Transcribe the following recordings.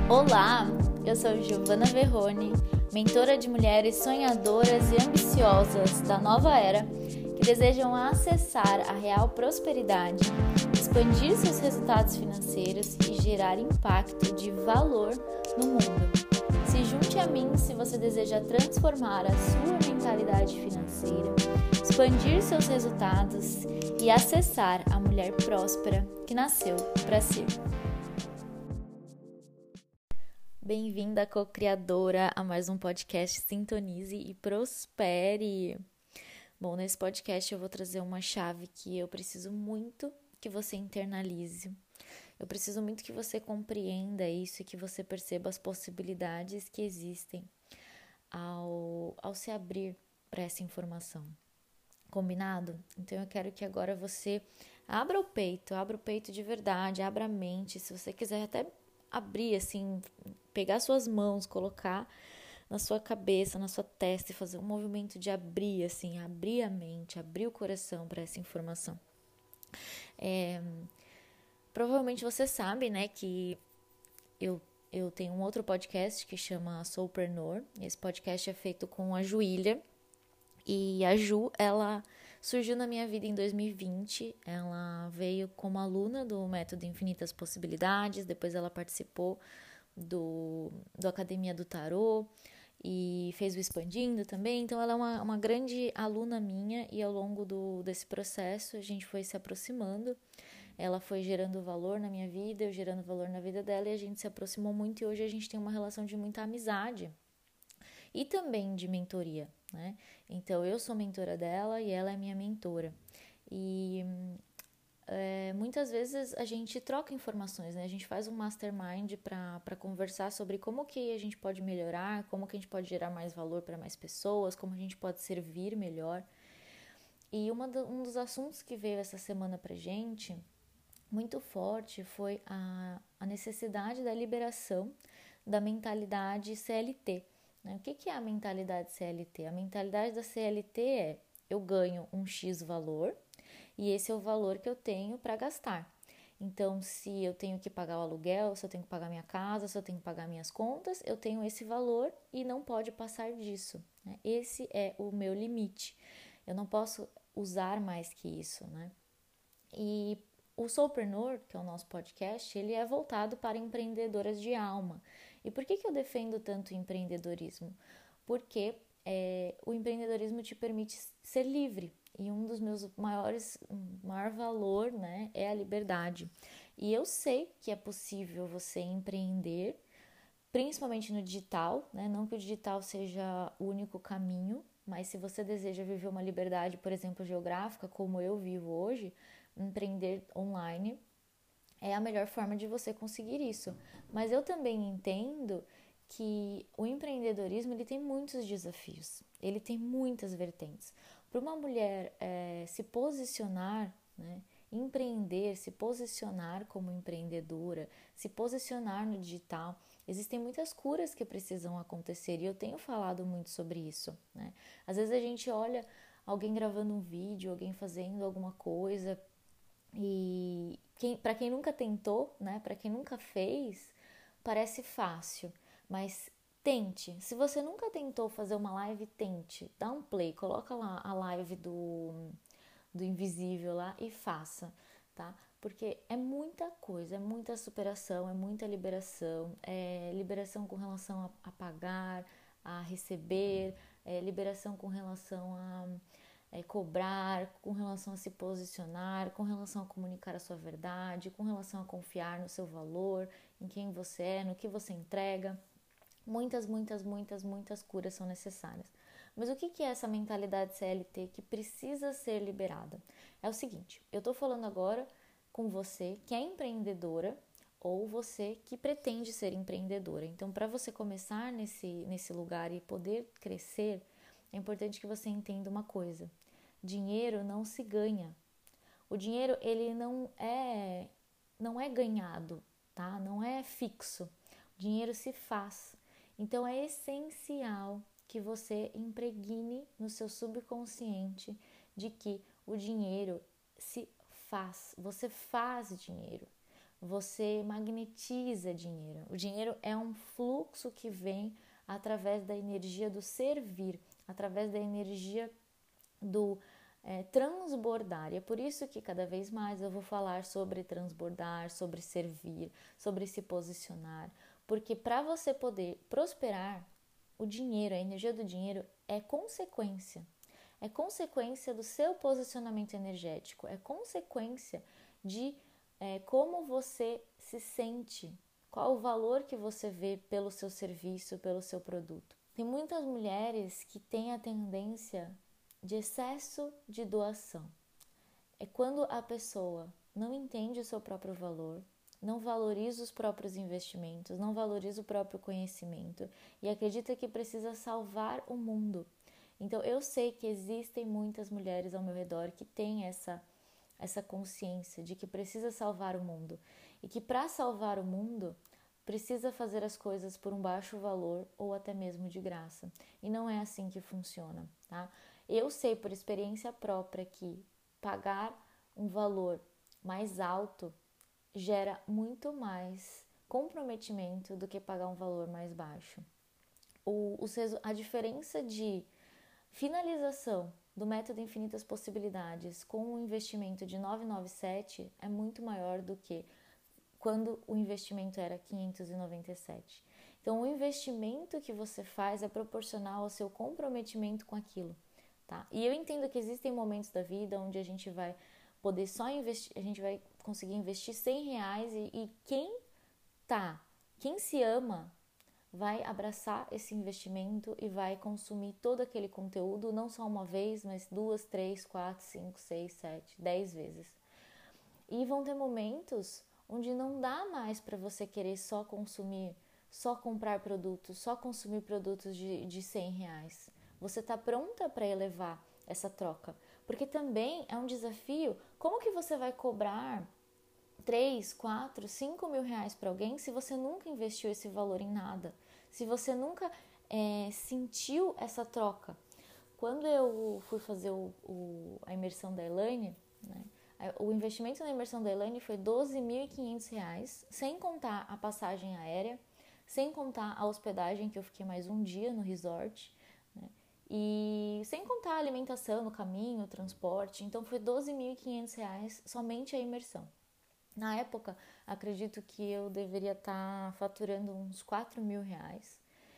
Olá, eu sou Giovana Verrone, mentora de mulheres sonhadoras e ambiciosas da nova era que desejam acessar a real prosperidade, expandir seus resultados financeiros e gerar impacto de valor no mundo. Se junte a mim se você deseja transformar a sua mentalidade financeira, expandir seus resultados e acessar a mulher próspera que nasceu para ser. Bem-vinda, co-criadora, a mais um podcast Sintonize e Prospere. Bom, nesse podcast eu vou trazer uma chave que eu preciso muito que você internalize. Eu preciso muito que você compreenda isso e que você perceba as possibilidades que existem ao se abrir para essa informação. Combinado? Então eu quero que agora você abra o peito de verdade, abra a mente. Se você quiser até abrir assim, pegar suas mãos, colocar na sua cabeça, na sua testa e fazer um movimento de abrir, assim, abrir a mente, abrir o coração para essa informação. Provavelmente você sabe, né, que eu tenho um outro podcast que chama Soulpreneur. Esse podcast é feito com a Juília. E a Ju, ela surgiu na minha vida em 2020, ela veio como aluna do Método Infinitas Possibilidades, depois ela participou do Academia do Tarô e fez o Expandindo também, então ela é uma grande aluna minha e ao longo desse processo a gente foi se aproximando, ela foi gerando valor na minha vida, eu gerando valor na vida dela e a gente se aproximou muito e hoje a gente tem uma relação de muita amizade. E também de mentoria, né? Então, eu sou mentora dela e ela é minha mentora. E muitas vezes a gente troca informações, né? A gente faz um mastermind para conversar sobre como que a gente pode melhorar, como que a gente pode gerar mais valor para mais pessoas, como a gente pode servir melhor. E um dos assuntos que veio essa semana pra gente, muito forte, foi a necessidade da liberação da mentalidade CLT. O que é a mentalidade CLT? A mentalidade da CLT é: eu ganho um X valor e esse é o valor que eu tenho para gastar. Então, se eu tenho que pagar o aluguel, se eu tenho que pagar minha casa, se eu tenho que pagar minhas contas, eu tenho esse valor e não pode passar disso, né? Esse é o meu limite. Eu não posso usar mais que isso, né? E o Soulpreneur, que é o nosso podcast, ele é voltado para empreendedoras de alma. E por que eu defendo tanto o empreendedorismo? Porque o empreendedorismo te permite ser livre. E um dos meus maior valor, né, é a liberdade. E eu sei que é possível você empreender, principalmente no digital, né? Não que o digital seja o único caminho, mas se você deseja viver uma liberdade, por exemplo, geográfica, como eu vivo hoje, empreender online é a melhor forma de você conseguir isso. Mas eu também entendo que o empreendedorismo ele tem muitos desafios, ele tem muitas vertentes. Para uma mulher se posicionar, né, empreender, se posicionar como empreendedora, se posicionar no digital, existem muitas curas que precisam acontecer e eu tenho falado muito sobre isso, né? Às vezes a gente olha alguém gravando um vídeo, alguém fazendo alguma coisa e para quem nunca tentou, né, para quem nunca fez, parece fácil, mas tente. Se você nunca tentou fazer uma live, tente. Dá um play, coloca lá a live do Invisível lá e faça, tá? Porque é muita coisa, é muita superação, é muita liberação, é liberação com relação a pagar, a receber, é liberação com relação a cobrar, com relação a se posicionar, com relação a comunicar a sua verdade, com relação a confiar no seu valor, em quem você é, no que você entrega. Muitas curas são necessárias. Mas o que é essa mentalidade CLT que precisa ser liberada? É o seguinte, eu estou falando agora com você que é empreendedora ou você que pretende ser empreendedora. Então, para você começar nesse lugar e poder crescer, é importante que você entenda uma coisa. Dinheiro não se ganha. O dinheiro, ele não é ganhado, tá? Não é fixo. O dinheiro se faz. Então, é essencial que você impregne no seu subconsciente de que o dinheiro se faz. Você faz dinheiro. você magnetiza dinheiro. O dinheiro é um fluxo que vem através da energia do servir, através da energia do transbordar. E é por isso que cada vez mais eu vou falar sobre transbordar, sobre servir, sobre se posicionar. Porque para você poder prosperar, o dinheiro, a energia do dinheiro é consequência. É consequência do seu posicionamento energético, é consequência de como você se sente, qual o valor que você vê pelo seu serviço, pelo seu produto. Tem muitas mulheres que têm a tendência de excesso de doação. É quando a pessoa não entende o seu próprio valor, não valoriza os próprios investimentos, não valoriza o próprio conhecimento e acredita que precisa salvar o mundo. Então, eu sei que existem muitas mulheres ao meu redor que têm essa consciência de que precisa salvar o mundo e que para salvar o mundo precisa fazer as coisas por um baixo valor ou até mesmo de graça. E não é assim que funciona, tá? Eu sei por experiência própria que pagar um valor mais alto gera muito mais comprometimento do que pagar um valor mais baixo. A diferença de finalização do método Infinitas Possibilidades com um investimento de 997 é muito maior do que quando o investimento era 597. Então, o investimento que você faz é proporcional ao seu comprometimento com aquilo, tá? E eu entendo que existem momentos da vida onde a gente vai poder só investir, a gente vai conseguir investir R$100 e quem se ama vai abraçar esse investimento e vai consumir todo aquele conteúdo, não só uma vez, mas 2, 3, 4, 5, 6, 7, 10 vezes. E vão ter momentos onde não dá mais para você querer só consumir, só comprar produtos, só consumir produtos de R$100. Você está pronta para elevar essa troca? Porque também é um desafio. Como que você vai cobrar 3, 4, 5 mil reais para alguém se você nunca investiu esse valor em nada? Se você nunca sentiu essa troca? Quando eu fui fazer a imersão da Elaine, né, o investimento na imersão da Elaine foi R$12.500, sem contar a passagem aérea, sem contar a hospedagem, que eu fiquei mais um dia no resort, né, e sem contar a alimentação no caminho, o transporte. Então foi R$12.500 somente a imersão. Na época, acredito que eu deveria estar faturando uns R$4.000.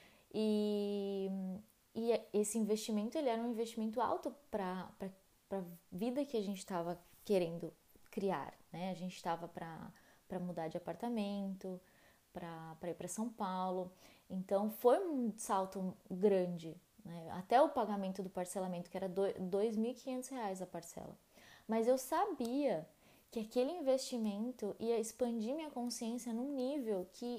E esse investimento, ele era um investimento alto para a vida que a gente estava querendo criar, né? A gente estava para mudar de apartamento, para ir para São Paulo. Então, foi um salto grande, né? Até o pagamento do parcelamento, que era R$2.500 a parcela. Mas eu sabia que aquele investimento ia expandir minha consciência num nível que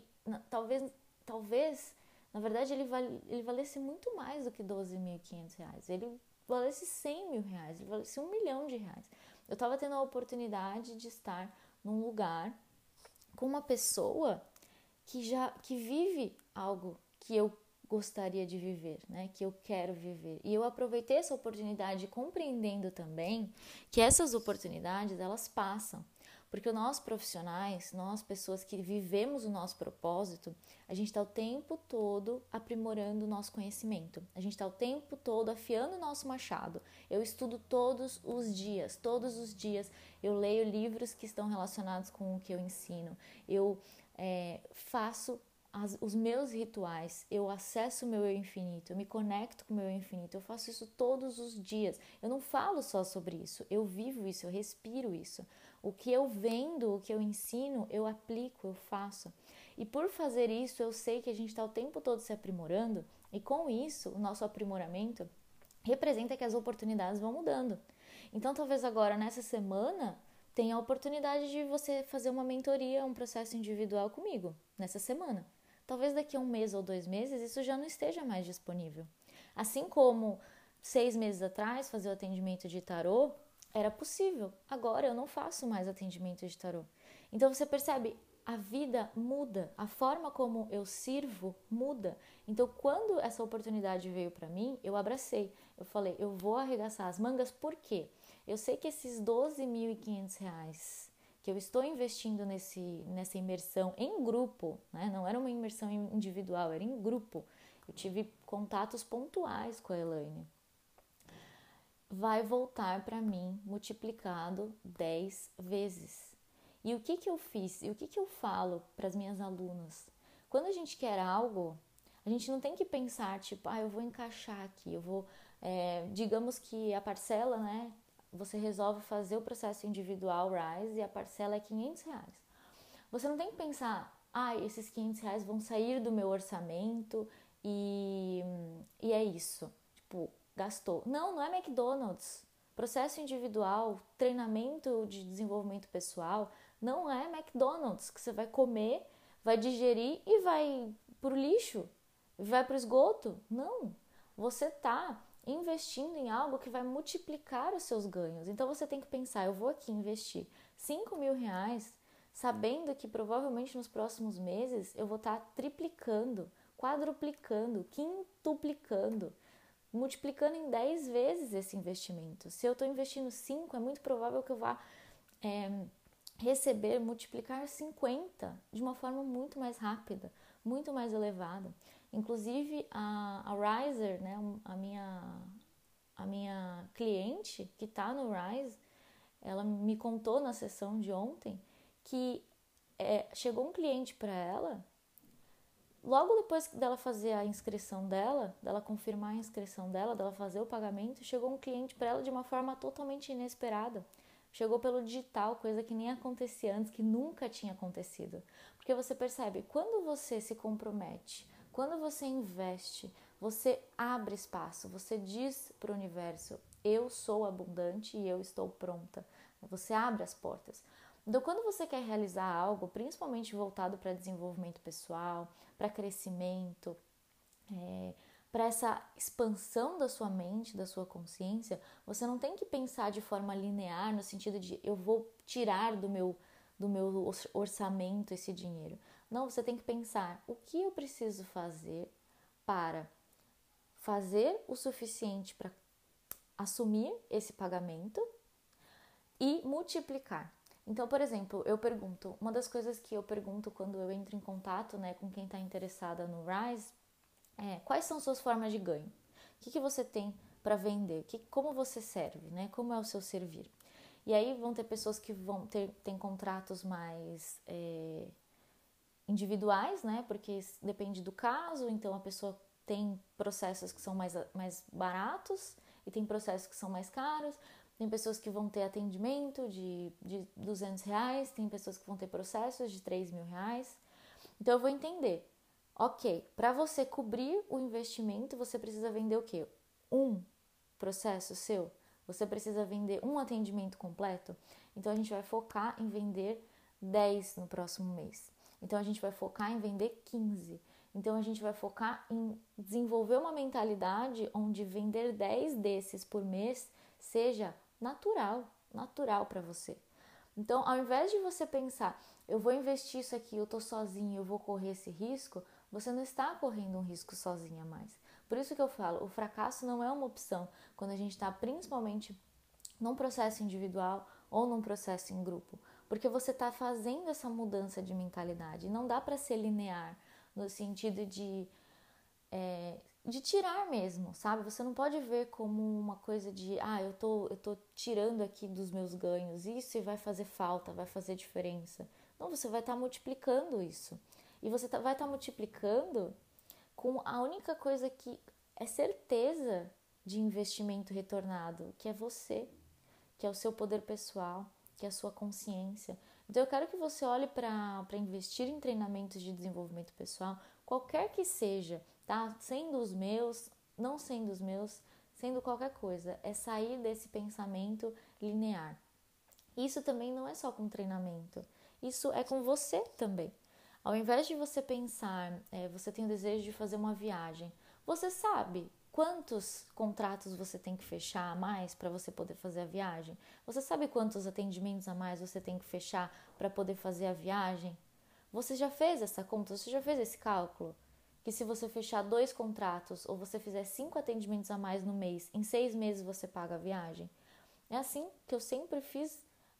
talvez, na verdade, ele valesse muito mais do que R$12.500. Ele valesse R$100.000, ele valesse R$1.000.000. Eu estava tendo a oportunidade de estar num lugar com uma pessoa que vive algo que eu gostaria de viver, né? Que eu quero viver. E eu aproveitei essa oportunidade compreendendo também que essas oportunidades, elas passam. Porque nós profissionais, nós pessoas que vivemos o nosso propósito, a gente está o tempo todo aprimorando o nosso conhecimento. A gente está o tempo todo afiando o nosso machado. Eu estudo todos os dias eu leio livros que estão relacionados com o que eu ensino. Eu faço os meus rituais, eu acesso o meu eu infinito, eu me conecto com o meu eu infinito, eu faço isso todos os dias. Eu não falo só sobre isso, eu vivo isso, eu respiro isso. O que eu vendo, o que eu ensino, eu aplico, eu faço. E por fazer isso, eu sei que a gente está o tempo todo se aprimorando, e com isso, o nosso aprimoramento representa que as oportunidades vão mudando. Então, talvez agora, nessa semana, tenha a oportunidade de você fazer uma mentoria, um processo individual comigo, nessa semana. Talvez daqui a 1 mês ou 2 meses isso já não esteja mais disponível. Assim como 6 meses atrás fazer o atendimento de tarô era possível. Agora eu não faço mais atendimento de tarô. Então você percebe, a vida muda, a forma como eu sirvo muda. Então quando essa oportunidade veio para mim, eu abracei. Eu falei, eu vou arregaçar as mangas, por quê? Eu sei que esses R$12.500 que eu estou investindo nessa imersão em grupo, né? Não era uma imersão individual, era em grupo. Eu tive contatos pontuais com a Elaine. Vai voltar para mim multiplicado 10 vezes. E o que eu fiz? E o que eu falo para as minhas alunas? Quando a gente quer algo, a gente não tem que pensar, tipo, eu vou encaixar aqui, eu vou... digamos que a parcela, né? Você resolve fazer o processo individual RISE e a parcela é R$500. Você não tem que pensar, esses R$500 vão sair do meu orçamento e é isso. Tipo, gastou. Não é McDonald's. Processo individual, treinamento de desenvolvimento pessoal, não é McDonald's que você vai comer, vai digerir e vai pro lixo, vai pro esgoto. Não. Você tá investindo em algo que vai multiplicar os seus ganhos. Então você tem que pensar, eu vou aqui investir R$5.000, sabendo que provavelmente nos próximos meses eu vou estar triplicando, quadruplicando, quintuplicando, multiplicando em 10 vezes esse investimento. Se eu estou investindo 5, é muito provável que eu vá receber, multiplicar 50 de uma forma muito mais rápida, muito mais elevada. Inclusive a Riser, né, a minha cliente que está no Rise, ela me contou na sessão de ontem que chegou um cliente para ela, logo depois dela fazer a inscrição dela confirmar a inscrição dela fazer o pagamento, chegou um cliente para ela de uma forma totalmente inesperada. Chegou pelo digital, coisa que nem acontecia antes, que nunca tinha acontecido. Porque você percebe, quando você se compromete, quando você investe, você abre espaço, você diz para o universo, eu sou abundante e eu estou pronta. Você abre as portas. Então, quando você quer realizar algo, principalmente voltado para desenvolvimento pessoal, para crescimento, para essa expansão da sua mente, da sua consciência, você não tem que pensar de forma linear, no sentido de eu vou tirar do meu orçamento esse dinheiro. Não, você tem que pensar o que eu preciso fazer para fazer o suficiente para assumir esse pagamento e multiplicar. Então, por exemplo, uma das coisas que eu pergunto quando eu entro em contato, né, com quem está interessada no Rise, quais são suas formas de ganho? O que você tem para vender? Como você serve, né? Como é o seu servir? E aí vão ter pessoas que tem contratos mais individuais, né? Porque depende do caso, então a pessoa tem processos que são mais baratos e tem processos que são mais caros. Tem pessoas que vão ter atendimento de R$200, tem pessoas que vão ter processos de R$3.000. Então eu vou entender, ok, para você cobrir o investimento, você precisa vender o quê? Um processo seu? Você precisa vender um atendimento completo? Então a gente vai focar em vender 10 no próximo mês. Então a gente vai focar em vender 15. Então a gente vai focar em desenvolver uma mentalidade onde vender 10 desses por mês seja natural para você. Então, ao invés de você pensar, eu vou investir isso aqui, eu tô sozinho, eu vou correr esse risco, você não está correndo um risco sozinha mais. Por isso que eu falo, o fracasso não é uma opção quando a gente está principalmente num processo individual ou num processo em grupo, porque você está fazendo essa mudança de mentalidade. Não dá para ser linear no sentido de tirar mesmo, sabe? Você não pode ver como uma coisa de, eu tô tirando aqui dos meus ganhos isso e vai fazer falta, vai fazer diferença. Não, você vai estar multiplicando isso. E você vai estar multiplicando com a única coisa que é certeza de investimento retornado, que é você, que é o seu poder pessoal, que é a sua consciência. Então eu quero que você olhe para investir em treinamentos de desenvolvimento pessoal, qualquer que seja, tá? Sendo os meus, não sendo os meus, sendo qualquer coisa. É sair desse pensamento linear. Isso também não é só com treinamento. Isso é com você também. Ao invés de você pensar, você tem o desejo de fazer uma viagem. Você sabe quantos contratos você tem que fechar a mais para você poder fazer a viagem? Você sabe quantos atendimentos a mais você tem que fechar para poder fazer a viagem? Você já fez essa conta? Você já fez esse cálculo? Que se você fechar 2 contratos ou você fizer 5 atendimentos a mais no mês, em 6 meses você paga a viagem? É assim que eu sempre fiz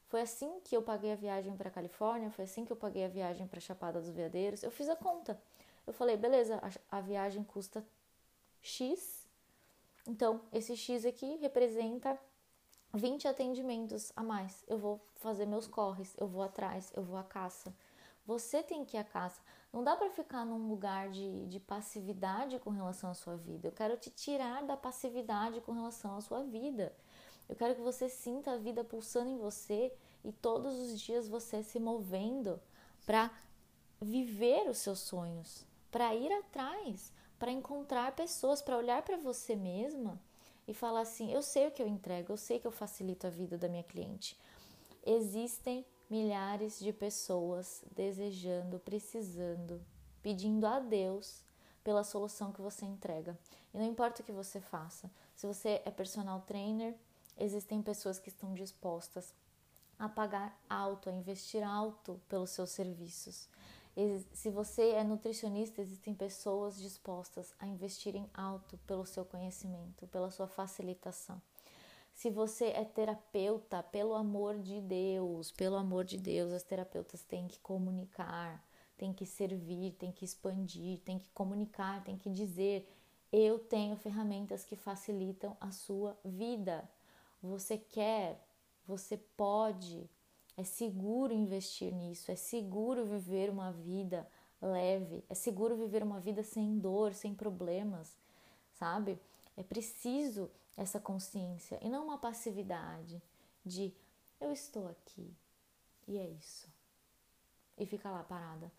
Foi assim que eu paguei a viagem para Califórnia, foi assim que eu paguei a viagem para Chapada dos Veadeiros. Eu fiz a conta. Eu falei, beleza, a viagem custa X, então esse X aqui representa 20 atendimentos a mais. Eu vou fazer meus corres, eu vou atrás, eu vou à caça. Você tem que ir à caça. Não dá para ficar num lugar de passividade com relação à sua vida. Eu quero te tirar da passividade com relação à sua vida. Eu quero que você sinta a vida pulsando em você e todos os dias você se movendo para viver os seus sonhos, para ir atrás, para encontrar pessoas, para olhar para você mesma e falar assim: eu sei o que eu entrego, eu sei que eu facilito a vida da minha cliente. Existem milhares de pessoas desejando, precisando, pedindo a Deus pela solução que você entrega. E não importa o que você faça. Se você é personal trainer, existem pessoas que estão dispostas a pagar alto, a investir alto pelos seus serviços. Se você é nutricionista, existem pessoas dispostas a investirem alto pelo seu conhecimento, pela sua facilitação. Se você é terapeuta, pelo amor de Deus, as terapeutas têm que comunicar, têm que servir, têm que expandir, têm que comunicar, têm que dizer: eu tenho ferramentas que facilitam a sua vida. Você quer, você pode. É seguro investir nisso, é seguro viver uma vida leve, é seguro viver uma vida sem dor, sem problemas, sabe? É preciso essa consciência e não uma passividade de eu estou aqui e é isso. E fica lá parada.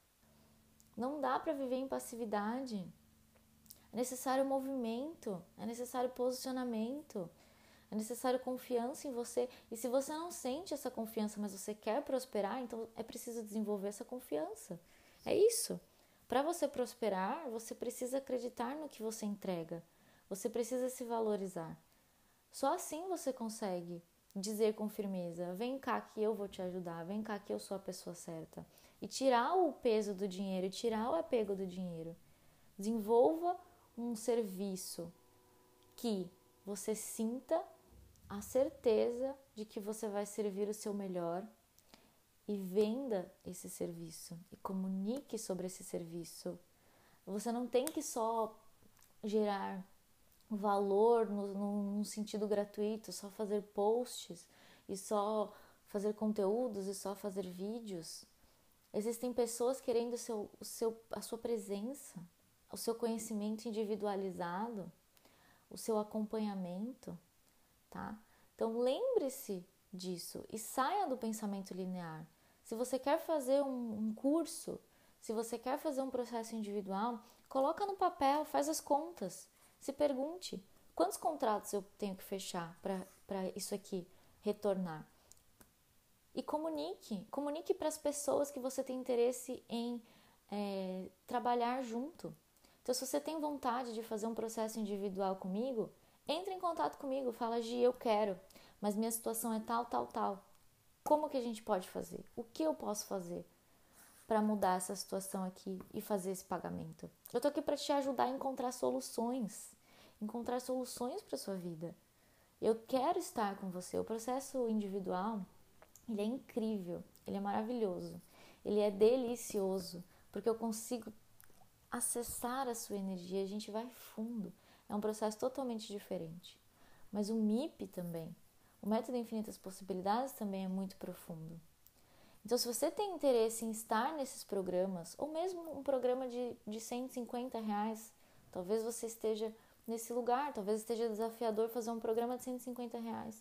Não dá para viver em passividade. É necessário movimento, é necessário posicionamento. É necessário confiança em você. E se você não sente essa confiança, mas você quer prosperar, então é preciso desenvolver essa confiança. É isso. Para você prosperar, você precisa acreditar no que você entrega. Você precisa se valorizar. Só assim você consegue dizer com firmeza: vem cá que eu vou te ajudar, vem cá que eu sou a pessoa certa. E tirar o peso do dinheiro, e tirar o apego do dinheiro. Desenvolva um serviço que você sinta a certeza de que você vai servir o seu melhor e venda esse serviço e comunique sobre esse serviço. Você não tem que só gerar valor no sentido gratuito, só fazer posts e só fazer conteúdos e só fazer vídeos. Existem pessoas querendo a sua presença, o seu conhecimento individualizado, o seu acompanhamento. Tá? Então lembre-se disso e saia do pensamento linear. Se você quer fazer um curso, se você quer fazer um processo individual, coloca no papel, faz as contas. Se pergunte: quantos contratos eu tenho que fechar para isso aqui retornar? E comunique para as pessoas que você tem interesse em trabalhar junto. Então, se você tem vontade de fazer um processo individual comigo, entre em contato comigo, fala: Gi, eu quero, mas minha situação é tal, tal, tal. Como que a gente pode fazer? O que eu posso fazer para mudar essa situação aqui e fazer esse pagamento? Eu tô aqui para te ajudar a encontrar soluções para sua vida. Eu quero estar com você. O processo individual, ele é incrível, ele é maravilhoso, ele é delicioso, porque eu consigo acessar a sua energia, a gente vai fundo. É um processo totalmente diferente. Mas o MIP também, o Método Infinitas Possibilidades também é muito profundo. Então, se você tem interesse em estar nesses programas, ou mesmo um programa de R$150, talvez você esteja nesse lugar, talvez esteja desafiador fazer um programa de R$150.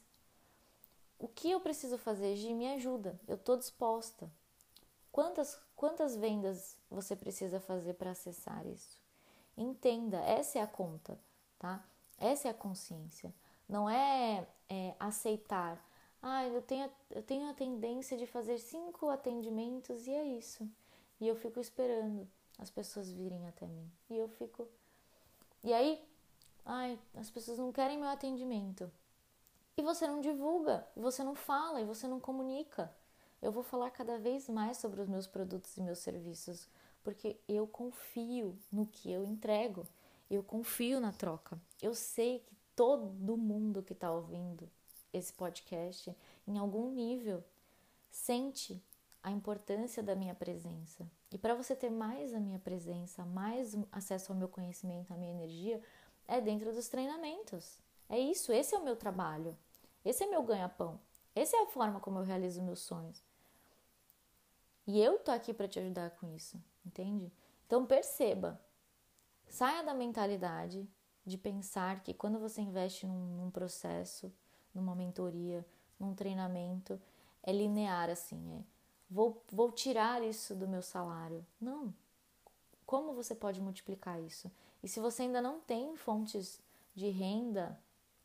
O que eu preciso fazer, Gi? Me ajuda, eu estou disposta. Quantas vendas você precisa fazer para acessar isso? Entenda, essa é a conta, tá? Essa é a consciência. Não é aceitar. Eu tenho a tendência de fazer 5 atendimentos e é isso. E eu fico esperando as pessoas virem até mim. E aí, as pessoas não querem meu atendimento. E você não divulga, e você não fala, e você não comunica. Eu vou falar cada vez mais sobre os meus produtos e meus serviços, porque eu confio no que eu entrego, eu confio na troca. Eu sei que todo mundo que está ouvindo esse podcast, em algum nível, sente a importância da minha presença. E para você ter mais a minha presença, mais acesso ao meu conhecimento, à minha energia, é dentro dos treinamentos. É isso, esse é o meu trabalho. Esse é meu ganha-pão. Essa é a forma como eu realizo meus sonhos. E eu tô aqui para te ajudar com isso, entende? Então perceba, saia da mentalidade de pensar que quando você investe num processo, numa mentoria, num treinamento, é linear assim, vou tirar isso do meu salário. Não. Como você pode multiplicar isso? E se você ainda não tem fontes de renda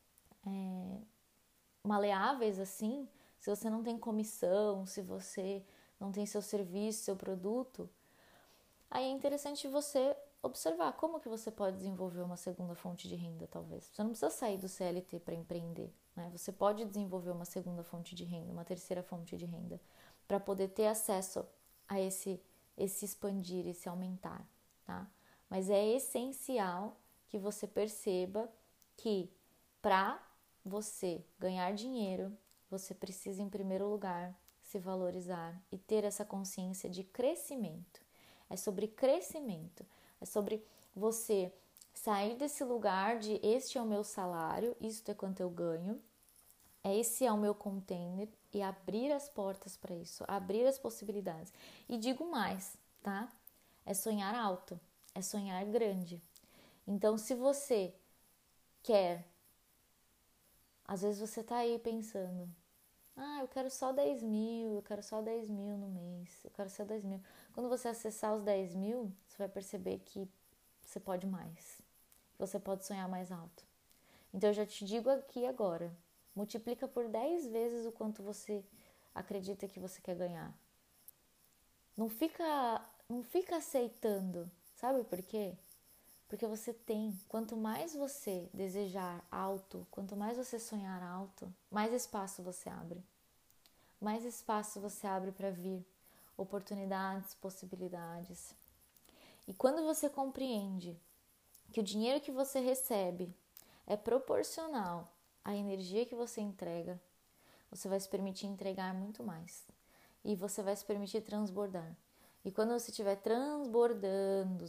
maleáveis assim, se você não tem comissão, se você não tem seu serviço, seu produto, aí é interessante você observar como que você pode desenvolver uma segunda fonte de renda, talvez. Você não precisa sair do CLT para empreender, né? Você pode desenvolver uma segunda fonte de renda, uma terceira fonte de renda, para poder ter acesso a esse expandir, esse aumentar, tá? Mas é essencial que você perceba que para você ganhar dinheiro, você precisa, em primeiro lugar, se valorizar e ter essa consciência de crescimento. É sobre crescimento, é sobre você sair desse lugar de este é o meu salário, isto é quanto eu ganho, esse é o meu container e abrir as portas para isso, abrir as possibilidades. E digo mais, tá? É sonhar alto, é sonhar grande. Então, se você quer, às vezes você tá aí pensando, eu quero só 10 mil, eu quero só 10 mil no mês, eu quero só 10 mil. Quando você acessar os 10 mil, você vai perceber que você pode mais, você pode sonhar mais alto. Então eu já te digo aqui agora, multiplica por 10 vezes o quanto você acredita que você quer ganhar. Não fica aceitando, sabe por quê? Porque você tem, quanto mais você desejar alto, quanto mais você sonhar alto, mais espaço você abre. Mais espaço você abre para vir oportunidades, possibilidades. E quando você compreende que o dinheiro que você recebe é proporcional à energia que você entrega, você vai se permitir entregar muito mais. E você vai se permitir transbordar. E quando você estiver transbordando,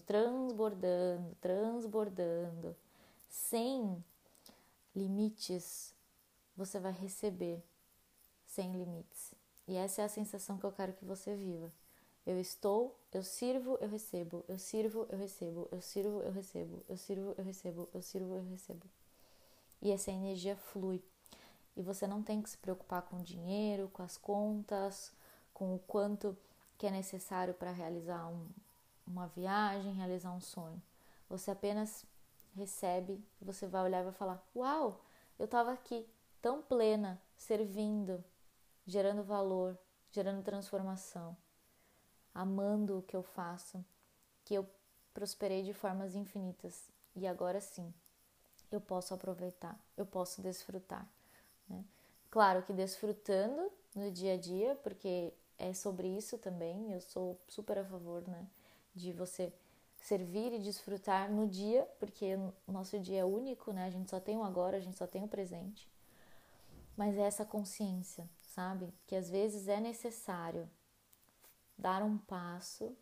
sem limites, você vai receber sem limites. E essa é a sensação que eu quero que você viva. Eu sirvo, eu recebo, eu sirvo, eu recebo, eu sirvo, eu recebo, eu sirvo, eu recebo, eu sirvo, eu recebo. E essa energia flui. E você não tem que se preocupar com o dinheiro, com as contas, com o quanto que é necessário para realizar uma viagem, realizar um sonho. Você apenas recebe, você vai olhar e vai falar, uau, eu estava aqui tão plena, servindo, gerando valor, gerando transformação, amando o que eu faço, que eu prosperei de formas infinitas. E agora sim, eu posso aproveitar, eu posso desfrutar, né? Claro que desfrutando no dia a dia, porque é sobre isso também, eu sou super a favor, né, de você servir e desfrutar no dia, porque o nosso dia é único, né, a gente só tem o agora, a gente só tem o presente, mas é essa consciência, sabe, que às vezes é necessário dar um passo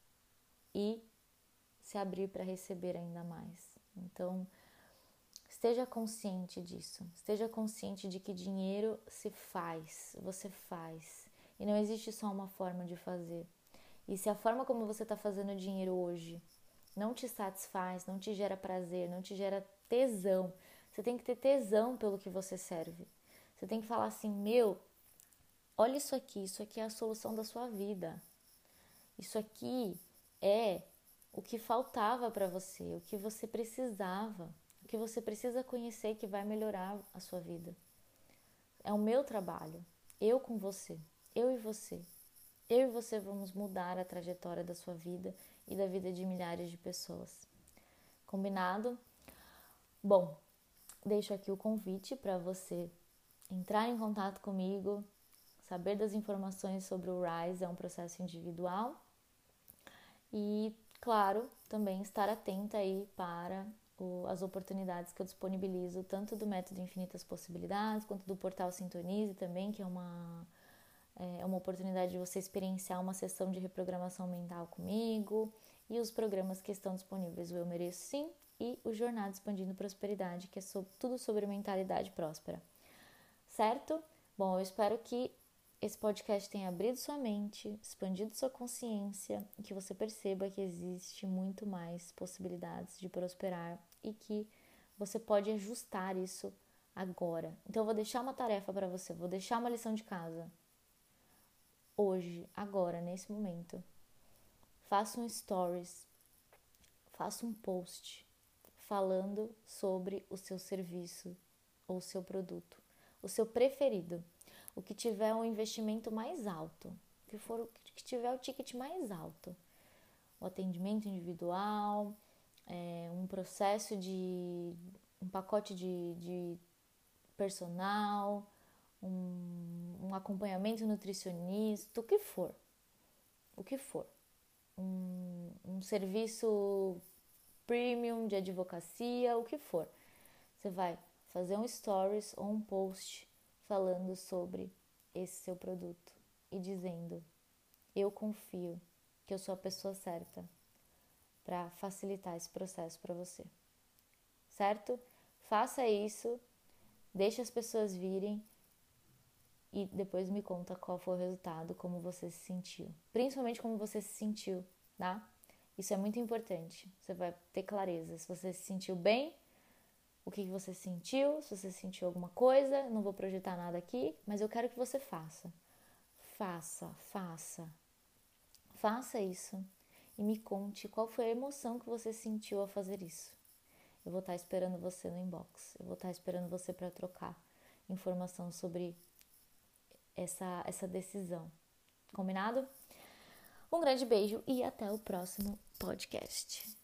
e se abrir para receber ainda mais. Então, esteja consciente disso, esteja consciente de que dinheiro se faz, você faz. E não existe só uma forma de fazer. E se a forma como você está fazendo dinheiro hoje não te satisfaz, não te gera prazer, não te gera tesão, você tem que ter tesão pelo que você serve. Você tem que falar assim, olha isso aqui é a solução da sua vida. Isso aqui é o que faltava para você, o que você precisava, o que você precisa conhecer que vai melhorar a sua vida. É o meu trabalho, eu com você, eu e você. Eu e você vamos mudar a trajetória da sua vida e da vida de milhares de pessoas. Combinado? Bom, deixo aqui o convite para você entrar em contato comigo, saber das informações sobre o RISE, é um processo individual. E, claro, também estar atenta aí para as oportunidades que eu disponibilizo, tanto do método Infinitas Possibilidades, quanto do portal Sintonize também, que é uma oportunidade de você experienciar uma sessão de reprogramação mental comigo, e os programas que estão disponíveis, o Eu Mereço Sim e o Jornada Expandindo Prosperidade, que é tudo sobre mentalidade próspera. Certo? Bom, eu espero que esse podcast tenha abrido sua mente, expandido sua consciência e que você perceba que existe muito mais possibilidades de prosperar e que você pode ajustar isso agora. Então eu vou deixar uma tarefa para você, vou deixar uma lição de casa. Hoje, agora, nesse momento, faça um stories, faça um post falando sobre o seu serviço ou o seu produto, o seu preferido, o que tiver um investimento mais alto, o que tiver o ticket mais alto, o atendimento individual, um processo um pacote de personal, um acompanhamento nutricionista, o que for, um serviço premium de advocacia, o que for. Você vai fazer um stories ou um post falando sobre esse seu produto e dizendo: eu confio que eu sou a pessoa certa para facilitar esse processo para você. Certo? Faça isso, deixe as pessoas virem e depois me conta qual foi o resultado, como você se sentiu. Principalmente como você se sentiu, tá? Isso é muito importante. Você vai ter clareza se você se sentiu bem, o que você sentiu, se você sentiu alguma coisa. Não vou projetar nada aqui, mas eu quero que você faça. Faça isso e me conte qual foi a emoção que você sentiu ao fazer isso. Eu vou estar esperando você no inbox. Eu vou estar esperando você para trocar informação sobre essa decisão. Combinado? Um grande beijo e até o próximo podcast.